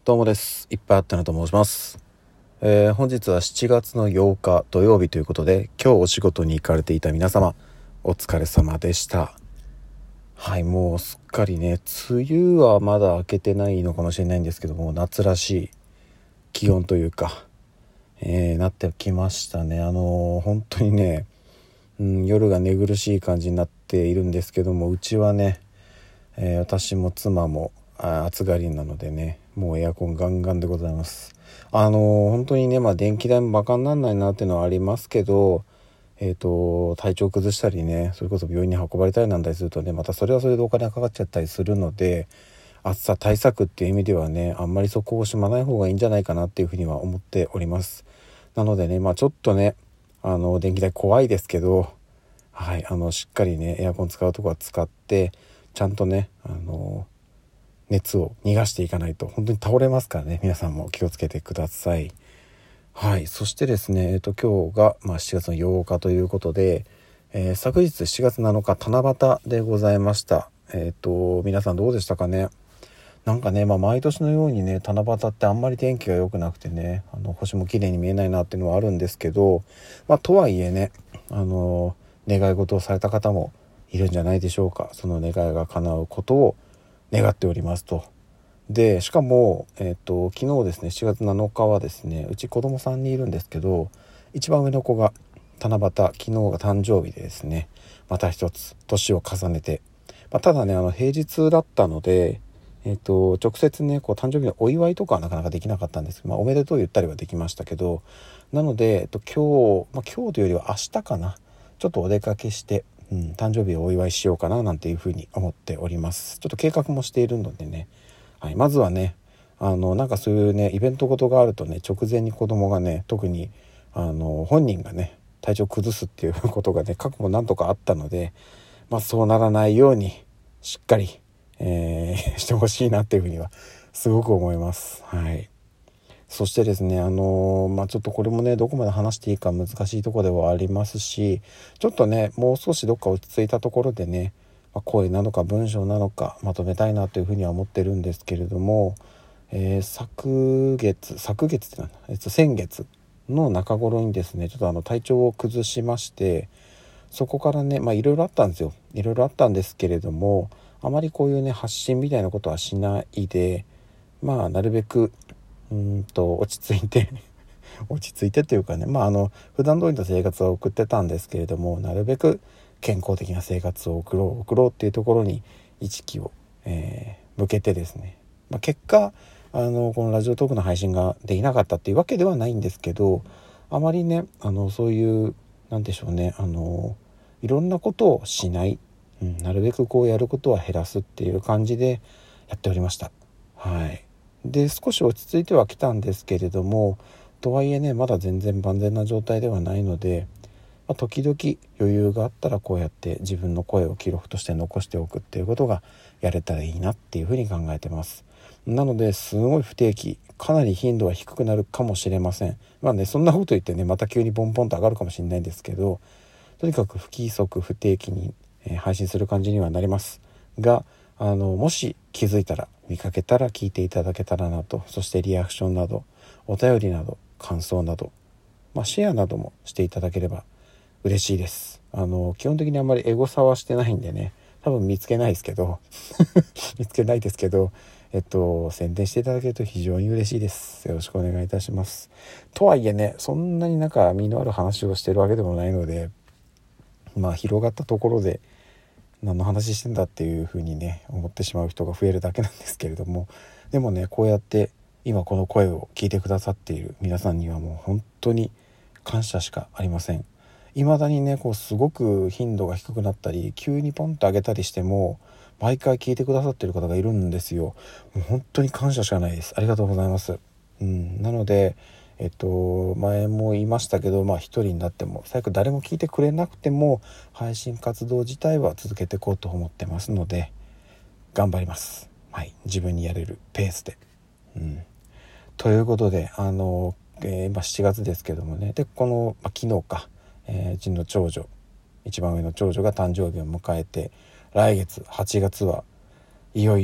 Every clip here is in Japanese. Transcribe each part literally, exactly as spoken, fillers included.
どうもです。いっぱいあったなと申します。えー、本日はしちがつのようか土曜日ということで、今日お仕事に行かれていた皆様、お疲れ様でした。はい、もうすっかりね、梅雨はまだ明けてないのかもしれないんですけども、夏らしい気温というか、えー、なってきましたね。あのー、本当にね、うん、夜が寝苦しい感じになっているんですけども、うちはね、えー、私も妻もあ暑がりなのでね、もうエアコンガンガンでございます。あのー、本当にね、まあ電気代もバカになんないなっていうのはありますけど、えーと体調崩したりね、それこそ病院に運ばれたりなんだりするとね、またそれはそれでお金がかかっちゃったりするので、暑さ対策っていう意味ではね、あんまりそこを惜しまない方がいいんじゃないかなっていうふうには思っております。なのでね、まあちょっとね、あの電気代怖いですけど、はい、あのしっかりねエアコン使うとこは使って、ちゃんとね、あの熱を逃がしていかないと本当に倒れますからね、皆さんも気をつけてください。はい、そしてですね、えっと今日が、まあ、しちがつのようかということで、えー、昨日しちがつなのか七夕でございました。えっと皆さんどうでしたかね。なんかね、まあ、毎年のようにね、七夕ってあんまり天気が良くなくてね、あの星も綺麗に見えないなっていうのはあるんですけど、まあ、とはいえね、あの願い事をされた方もいるんじゃないでしょうか。その願いが叶うことを願っておりますと。でしかも、えっと昨日ですね、しちがつなのかはですね、うち子供さんにんいるんですけど、一番上の子が七夕、昨日が誕生日でですね、また一つ年を重ねて、まあ、ただね、あの平日だったので、えっと直接ねこう誕生日のお祝いとかはなかなかできなかったんですけど、まあ、おめでとう言ったりはできましたけど、なので、えっと、今日、まあ、今日というよりは明日かな、ちょっとお出かけして、うん、誕生日をお祝いしようかななんていうふうに思っております。ちょっと計画もしているのでね、はい、まずはね、あのなんかそういうねイベントごとがあるとね、直前に子供がね、特にあの本人がね体調崩すっていうことがね過去も何とかあったので、まあ、そうならないようにしっかり、えー、してほしいなっていうふうにはすごく思います。はい。そしてですね、あのー、まあちょっとこれもねどこまで話していいか難しいところではありますし、ちょっとねもう少しどっか落ち着いたところでね、まあ、声なのか文章なのかまとめたいなというふうには思ってるんですけれども、えー、昨月昨月ってなんだ、えっと、先月の中頃にですね、ちょっとあの体調を崩しまして、そこからね、まあいろいろあったんですよ。いろいろあったんですけれども、あまりこういうね発信みたいなことはしないで、まあなるべくうーんと落ち着いて落ち着いてというかね、まああの普段通りの生活を送ってたんですけれども、なるべく健康的な生活を送ろう送ろうっていうところに意識を、えー、向けてですね、まあ、結果あのこのラジオトークの配信ができなかったっていうわけではないんですけど、あまりねあのそういうなんでしょうね、あのいろんなことをしない、うん、なるべくこうやることは減らすっていう感じでやっておりました。はい。で少し落ち着いてはきたんですけれども、とはいえねまだ全然万全な状態ではないので、まあ、時々余裕があったらこうやって自分の声を記録として残しておくっていうことがやれたらいいなっていうふうに考えてます。なのですごい不定期、かなり頻度は低くなるかもしれません。まあね、そんなこと言ってねまた急にポンポンと上がるかもしれないんですけど、とにかく不規則不定期に、えー配信する感じにはなりますが、あのもし気づいたら見かけたら聞いていただけたらなと。そしてリアクションなどお便りなど感想など、まあ、シェアなどもしていただければ嬉しいです。あの基本的にあんまりエゴサはしてないんでね、多分見つけないですけど見つけないですけど、えっと宣伝していただけると非常に嬉しいです。よろしくお願いいたします。とはいえね、そんなになんか身のある話をしてるわけでもないので、まあ広がったところで何の話してんだっていう風にね思ってしまう人が増えるだけなんですけれども、でもねこうやって今この声を聞いてくださっている皆さんにはもう本当に感謝しかありません。未だにねこうすごく頻度が低くなったり急にポンと上げたりしても毎回聞いてくださってる方がいるんですよ。もう本当に感謝しかないです。ありがとうございます。うん、なのでえっと前も言いましたけど、まあ一人になっても最悪誰も聞いてくれなくても配信活動自体は続けていこうと思ってますので頑張ります。はい、自分にやれるペースで。うん、ということであの、えー、今しちがつですけどもね、でこの、まあ、昨日か、えー、うちの長女一番上の長女が誕生日を迎えて、来月はちがつはいよいよ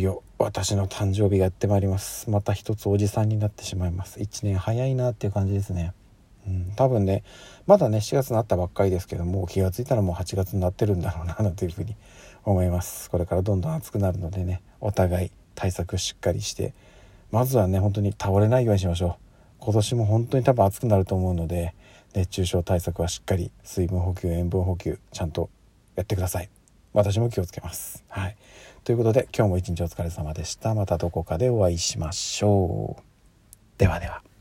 私の誕生日がやってまいります。また一つおじさんになってしまいます。いちねん早いなっていう感じですね。うん、多分ねまだねしちがつになったばっかりですけども、気がついたらもうはちがつになってるんだろうなというふうに思います。これからどんどん暑くなるのでね、お互い対策しっかりして、まずはね本当に倒れないようにしましょう。今年も本当に多分暑くなると思うので、熱中症対策はしっかり、水分補給塩分補給ちゃんとやってください。私も気をつけます。はい、ということで今日も一日お疲れ様でした。またどこかでお会いしましょう。ではでは。